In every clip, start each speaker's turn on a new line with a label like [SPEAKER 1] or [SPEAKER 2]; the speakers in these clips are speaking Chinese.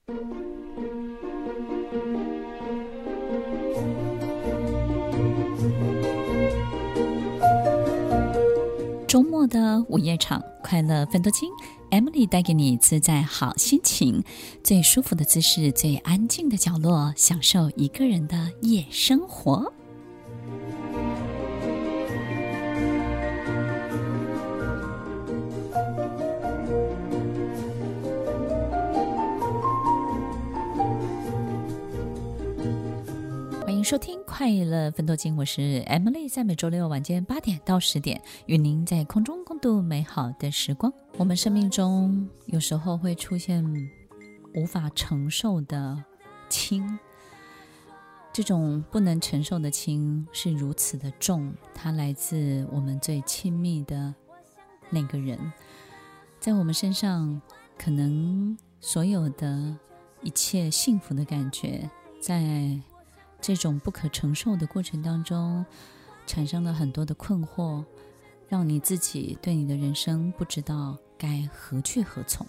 [SPEAKER 1] 周末的午夜场，快乐分多金 Emily 带给你自在好心情，最舒服的姿势，最安静的角落，享受一个人的夜生活。欢迎收听快乐分多金，我是 Emily， 在每周六晚间8点到10点，与您在空中共度美好的时光。我们生命中有时候会出现无法承受的轻，这种不能承受的轻是如此的重，它来自我们最亲密的那个人。在我们身上，可能所有的一切幸福的感觉，在这种不可承受的过程当中，产生了很多的困惑，让你自己对你的人生不知道该何去何从。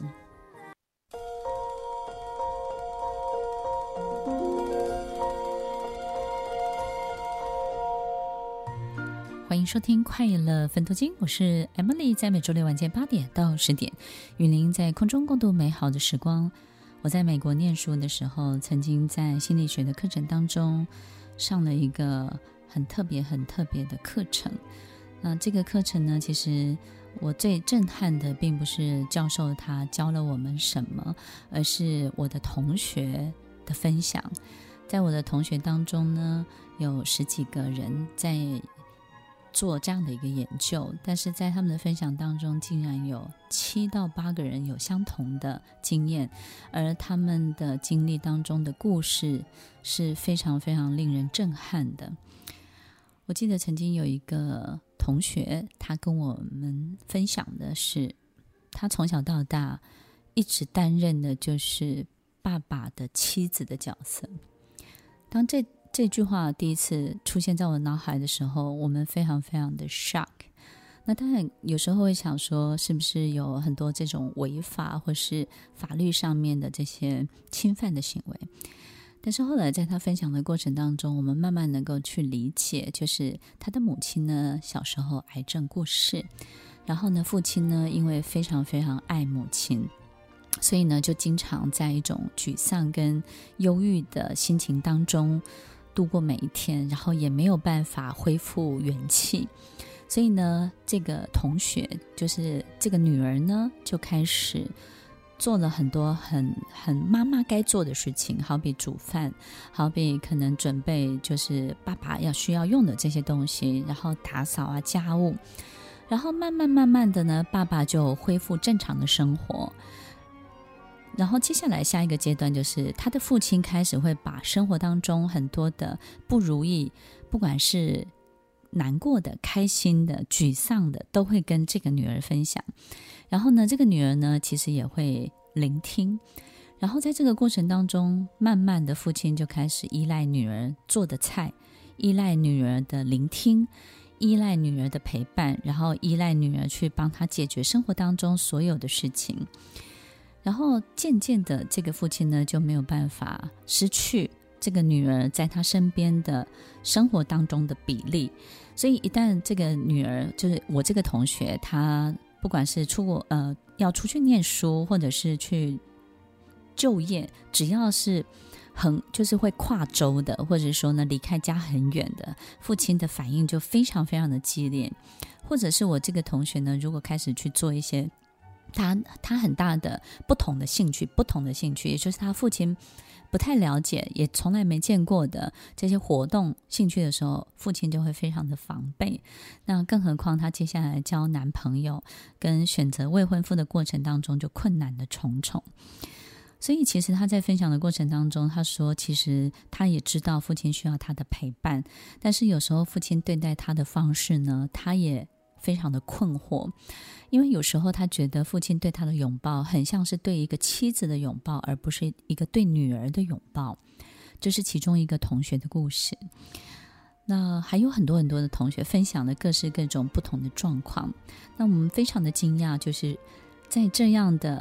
[SPEAKER 1] 欢迎收听快乐分多金，我是 Emily， 在每周六晚间8点到10点，与您在空中共度美好的时光。我在美国念书的时候，曾经在心理学的课程当中上了一个很特别的课程。那这个课程呢，其实我最震撼的并不是教授他教了我们什么，而是我的同学的分享。在我的同学当中呢，有10几个人在做这样的一个研究，但是在他们的分享当中，竟然有7到8个人有相同的经验，而他们的经历当中的故事是非常令人震撼的。我记得曾经有一个同学，他跟我们分享的是，他从小到大一直担任的就是爸爸的妻子的角色。当这句话第一次出现在我脑海的时候，我们非常的 shock。 那当然有时候会想说，是不是有很多这种违法或是法律上面的这些侵犯的行为，但是后来在他分享的过程当中，我们慢慢能够去理解，就是他的母亲呢小时候癌症过世，然后呢父亲呢因为非常爱母亲，所以呢就经常在一种沮丧跟忧郁的心情当中度过每一天，然后也没有办法恢复元气。所以呢这个同学，就是这个女儿呢，就开始做了很多很妈妈该做的事情，好比煮饭，好比可能准备就是爸爸需要用的这些东西，然后打扫啊家务，然后慢慢的呢，爸爸就恢复正常的生活。然后接下来下一个阶段，就是他的父亲开始会把生活当中很多的不如意，不管是难过的、开心的、沮丧的，都会跟这个女儿分享。然后呢，这个女儿呢，其实也会聆听。然后在这个过程当中，慢慢的父亲就开始依赖女儿做的菜，依赖女儿的聆听，依赖女儿的陪伴，然后依赖女儿去帮他解决生活当中所有的事情。然后渐渐的，这个父亲呢就没有办法失去这个女儿在他身边的生活当中的比例。所以一旦这个女儿，就是我这个同学，他不管是要出去念书，或者是去就业，只要是就是会跨州的，或者说呢离开家很远的，父亲的反应就非常的激烈。或者是我这个同学呢，如果开始去做一些他很大的不同的兴趣，也就是他父亲不太了解，也从来没见过的这些活动兴趣的时候，父亲就会非常的防备。那更何况他接下来交男朋友跟选择未婚夫的过程当中，就困难的重重。所以其实他在分享的过程当中，他说其实他也知道父亲需要他的陪伴，但是有时候父亲对待他的方式呢，他也非常的困惑。因为有时候他觉得父亲对他的拥抱很像是对一个妻子的拥抱，而不是一个对女儿的拥抱。这是其中一个同学的故事。那还有很多的同学分享了各式各种不同的状况。那我们非常的惊讶，就是在这样的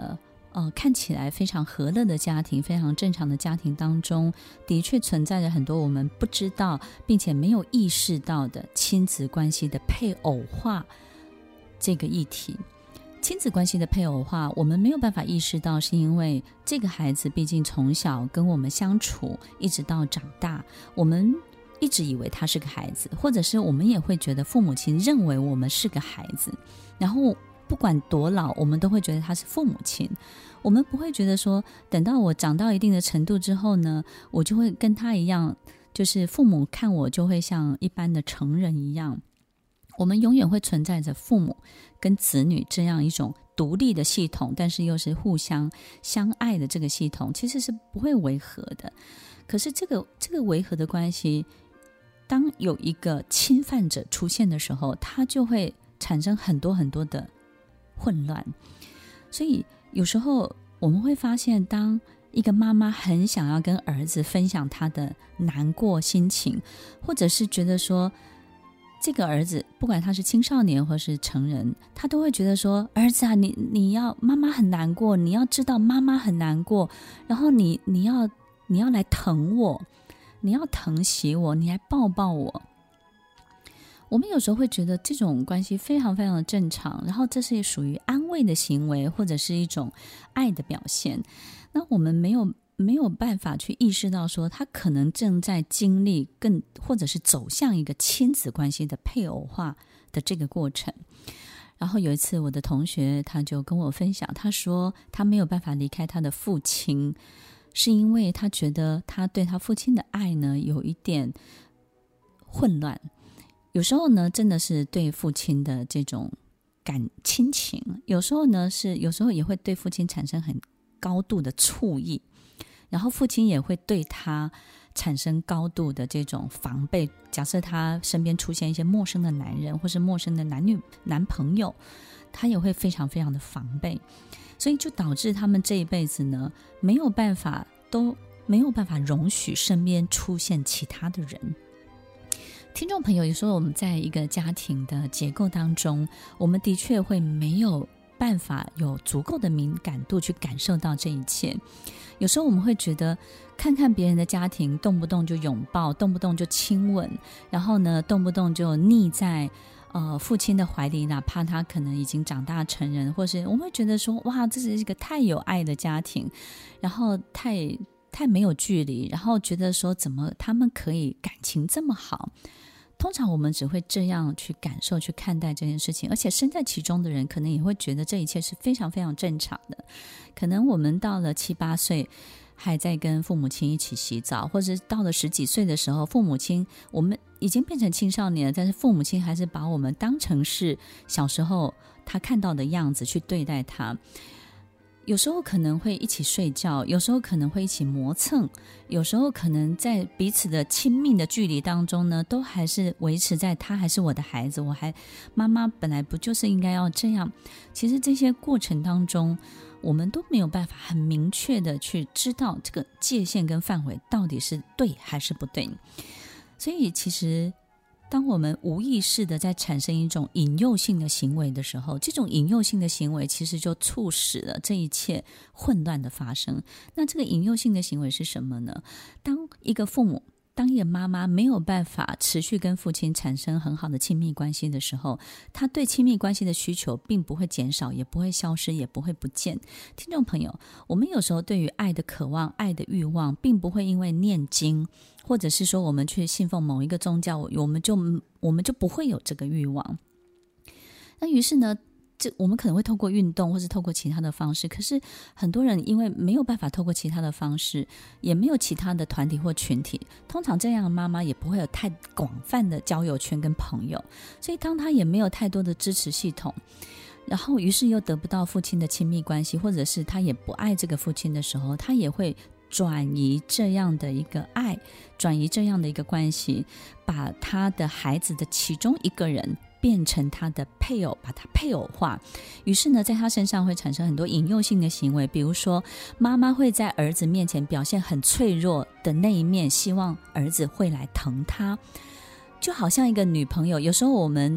[SPEAKER 1] 看起来非常和乐的家庭，非常正常的家庭当中，的确存在着很多我们不知道并且没有意识到的亲子关系的配偶化这个议题。亲子关系的配偶化，我们没有办法意识到，是因为这个孩子毕竟从小跟我们相处，一直到长大，我们一直以为他是个孩子，或者是我们也会觉得父母亲认为我们是个孩子，然后不管多老，我们都会觉得他是父母亲。我们不会觉得说，等到我长到一定的程度之后呢，我就会跟他一样，就是父母看我就会像一般的成人一样。我们永远会存在着父母跟子女这样一种独立的系统，但是又是互相相爱的这个系统，其实是不会违和的。可是这个违和的关系，当有一个侵犯者出现的时候，它就会产生很多很多的混乱。所以有时候我们会发现，当一个妈妈很想要跟儿子分享她的难过心情，或者是觉得说这个儿子不管他是青少年或是成人，他都会觉得说，儿子啊，你要妈妈很难过，你要知道妈妈很难过，然后你要来疼我，你要疼惜我，你来抱抱我。我们有时候会觉得这种关系非常非常的正常，然后这是属于安慰的行为，或者是一种爱的表现。那我们没有办法去意识到说，他可能正在经历或者是走向一个亲子关系的配偶化的这个过程。然后有一次我的同学他就跟我分享，他说他没有办法离开他的父亲，是因为他觉得他对他父亲的爱呢有一点混乱。有时候呢真的是对父亲的这种亲情，有时候也会对父亲产生很高度的醋意，然后父亲也会对他产生高度的这种防备。假设他身边出现一些陌生的男人或是陌生的男朋友，他也会非常非常的防备。所以就导致他们这一辈子呢没有办法容许身边出现其他的人。听众朋友，有时候我们在一个家庭的结构当中，我们的确会没有办法有足够的敏感度去感受到这一切。有时候我们会觉得看看别人的家庭，动不动就拥抱，动不动就亲吻，然后呢动不动就溺在父亲的怀里，哪怕他可能已经长大成人，或是我们会觉得说，哇，这是一个太有爱的家庭，然后太没有距离，然后觉得说怎么他们可以感情这么好。通常我们只会这样去感受去看待这件事情，而且身在其中的人可能也会觉得这一切是非常非常正常的。可能我们到了7、8岁还在跟父母亲一起洗澡，或者到了10几岁的时候，父母亲我们已经变成青少年了，但是父母亲还是把我们当成是小时候他看到的样子去对待他。有时候可能会一起睡觉，有时候可能会一起磨蹭，有时候可能在彼此的亲密的距离当中呢，都还是维持在他还是我的孩子，妈妈本来不就是应该要这样。其实这些过程当中，我们都没有办法很明确的去知道这个界限跟范围到底是对还是不对。所以其实当我们无意识的在产生一种引诱性的行为的时候，这种引诱性的行为其实就促使了这一切混乱的发生。那这个引诱性的行为是什么呢？当一个父母，当一个妈妈没有办法持续跟父亲产生很好的亲密关系的时候，他对亲密关系的需求并不会减少，也不会消失，也不会不见。听众朋友，我们有时候对于爱的渴望、爱的欲望，并不会因为念经，或者是说我们去信奉某一个宗教，我们就不会有这个欲望。那于是呢，我们可能会透过运动或是透过其他的方式，可是很多人因为没有办法透过其他的方式，也没有其他的团体或群体，通常这样的妈妈也不会有太广泛的交友圈跟朋友，所以当她也没有太多的支持系统，然后于是又得不到父亲的亲密关系，或者是她也不爱这个父亲的时候，她也会转移这样的一个爱，转移这样的一个关系，把她的孩子的其中一个人变成他的配偶，把他配偶化。于是呢，在他身上会产生很多引诱性的行为，比如说妈妈会在儿子面前表现很脆弱的那一面，希望儿子会来疼他。就好像一个女朋友，有时候我们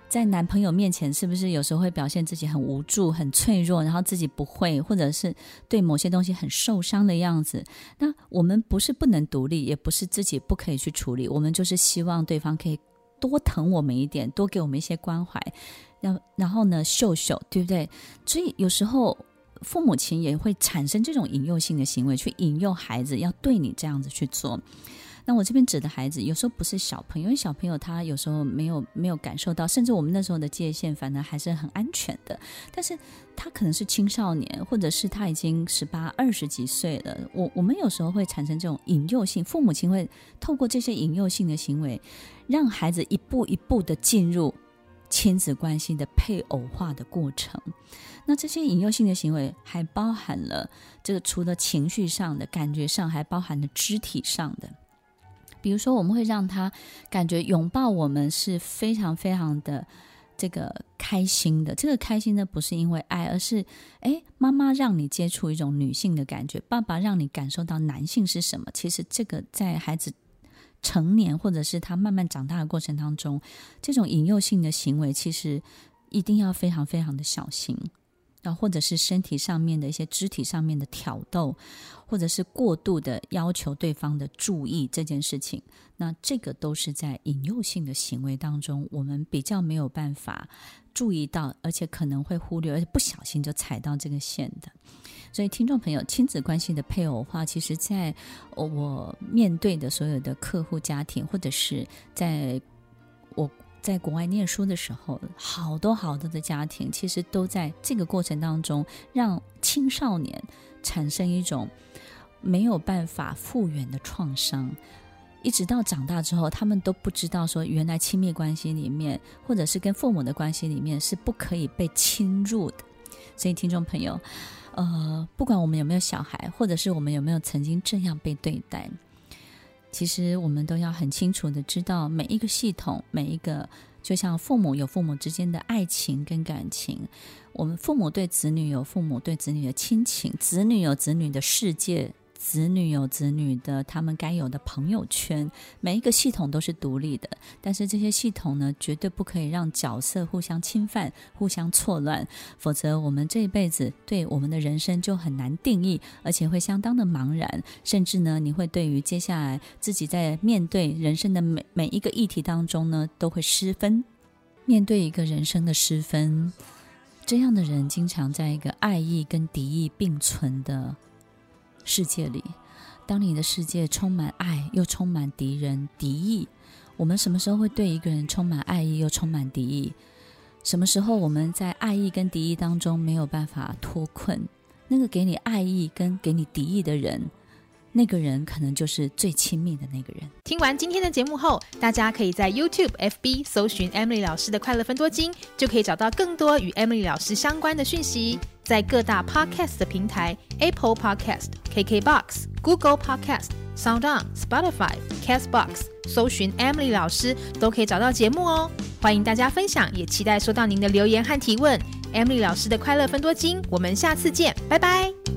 [SPEAKER 1] 在男朋友面前是不是有时候会表现自己很无助很脆弱，然后自己不会，或者是对某些东西很受伤的样子。那我们不是不能独立，也不是自己不可以去处理，我们就是希望对方可以多疼我们一点，多给我们一些关怀，然后呢秀秀，对不对？所以有时候父母亲也会产生这种引诱性的行为，去引诱孩子要对你这样子去做。那我这边指的孩子有时候不是小朋友，因为小朋友他有时候没有感受到，甚至我们那时候的界限反而还是很安全的，但是他可能是青少年，或者是他已经18、20几岁了，我们有时候会产生这种引诱性，父母亲会透过这些引诱性的行为让孩子一步一步的进入亲子关系的配偶化的过程。那这些引诱性的行为还包含了这个，除了情绪上的感觉上，还包含了肢体上的。比如说我们会让他感觉拥抱我们是非常非常的这个开心的，这个开心呢不是因为爱，而是妈妈让你接触一种女性的感觉，爸爸让你感受到男性是什么。其实这个在孩子成年或者是他慢慢长大的过程当中，这种引诱性的行为其实一定要非常非常的小心，或者是身体上面的一些肢体上面的挑逗，或者是过度的要求对方的注意这件事情，那这个都是在引诱性的行为当中我们比较没有办法注意到，而且可能会忽略，而且不小心就踩到这个线的。所以听众朋友，亲子关系的配偶化，其实在我面对的所有的客户家庭，或者是在我在国外念书的时候，好多好多的家庭其实都在这个过程当中让青少年产生一种没有办法复原的创伤，一直到长大之后他们都不知道说原来亲密关系里面或者是跟父母的关系里面是不可以被侵入的。所以听众朋友不管我们有没有小孩，或者是我们有没有曾经这样被对待，其实我们都要很清楚的知道，每一个系统，每一个就像父母有父母之间的爱情跟感情，我们父母对子女有父母对子女的亲情，子女有子女的世界，子女有子女的他们该有的朋友圈，每一个系统都是独立的，但是这些系统呢，绝对不可以让角色互相侵犯，互相错乱，否则我们这一辈子对我们的人生就很难定义，而且会相当的茫然，甚至呢，你会对于接下来自己在面对人生的每一个议题当中呢，都会失分。面对一个人生的失分，这样的人经常在一个爱意跟敌意并存的世界里。当你的世界充满爱又充满敌人敌意，我们什么时候会对一个人充满爱意又充满敌意？什么时候我们在爱意跟敌意当中没有办法脱困？那个给你爱意跟给你敌意的人，那个人可能就是最亲密的那个人。
[SPEAKER 2] 听完今天的节目后，大家可以在 YouTube、FB 搜寻 Emily 老师的快乐分多金，就可以找到更多与 Emily 老师相关的讯息。在各大 Podcast 的平台 Apple Podcast、KKBOX、Google Podcast、SoundOn、Spotify、Castbox 搜寻 Emily 老师都可以找到节目哦。欢迎大家分享，也期待收到您的留言和提问。Emily 老师的快乐分多金，我们下次见，拜拜。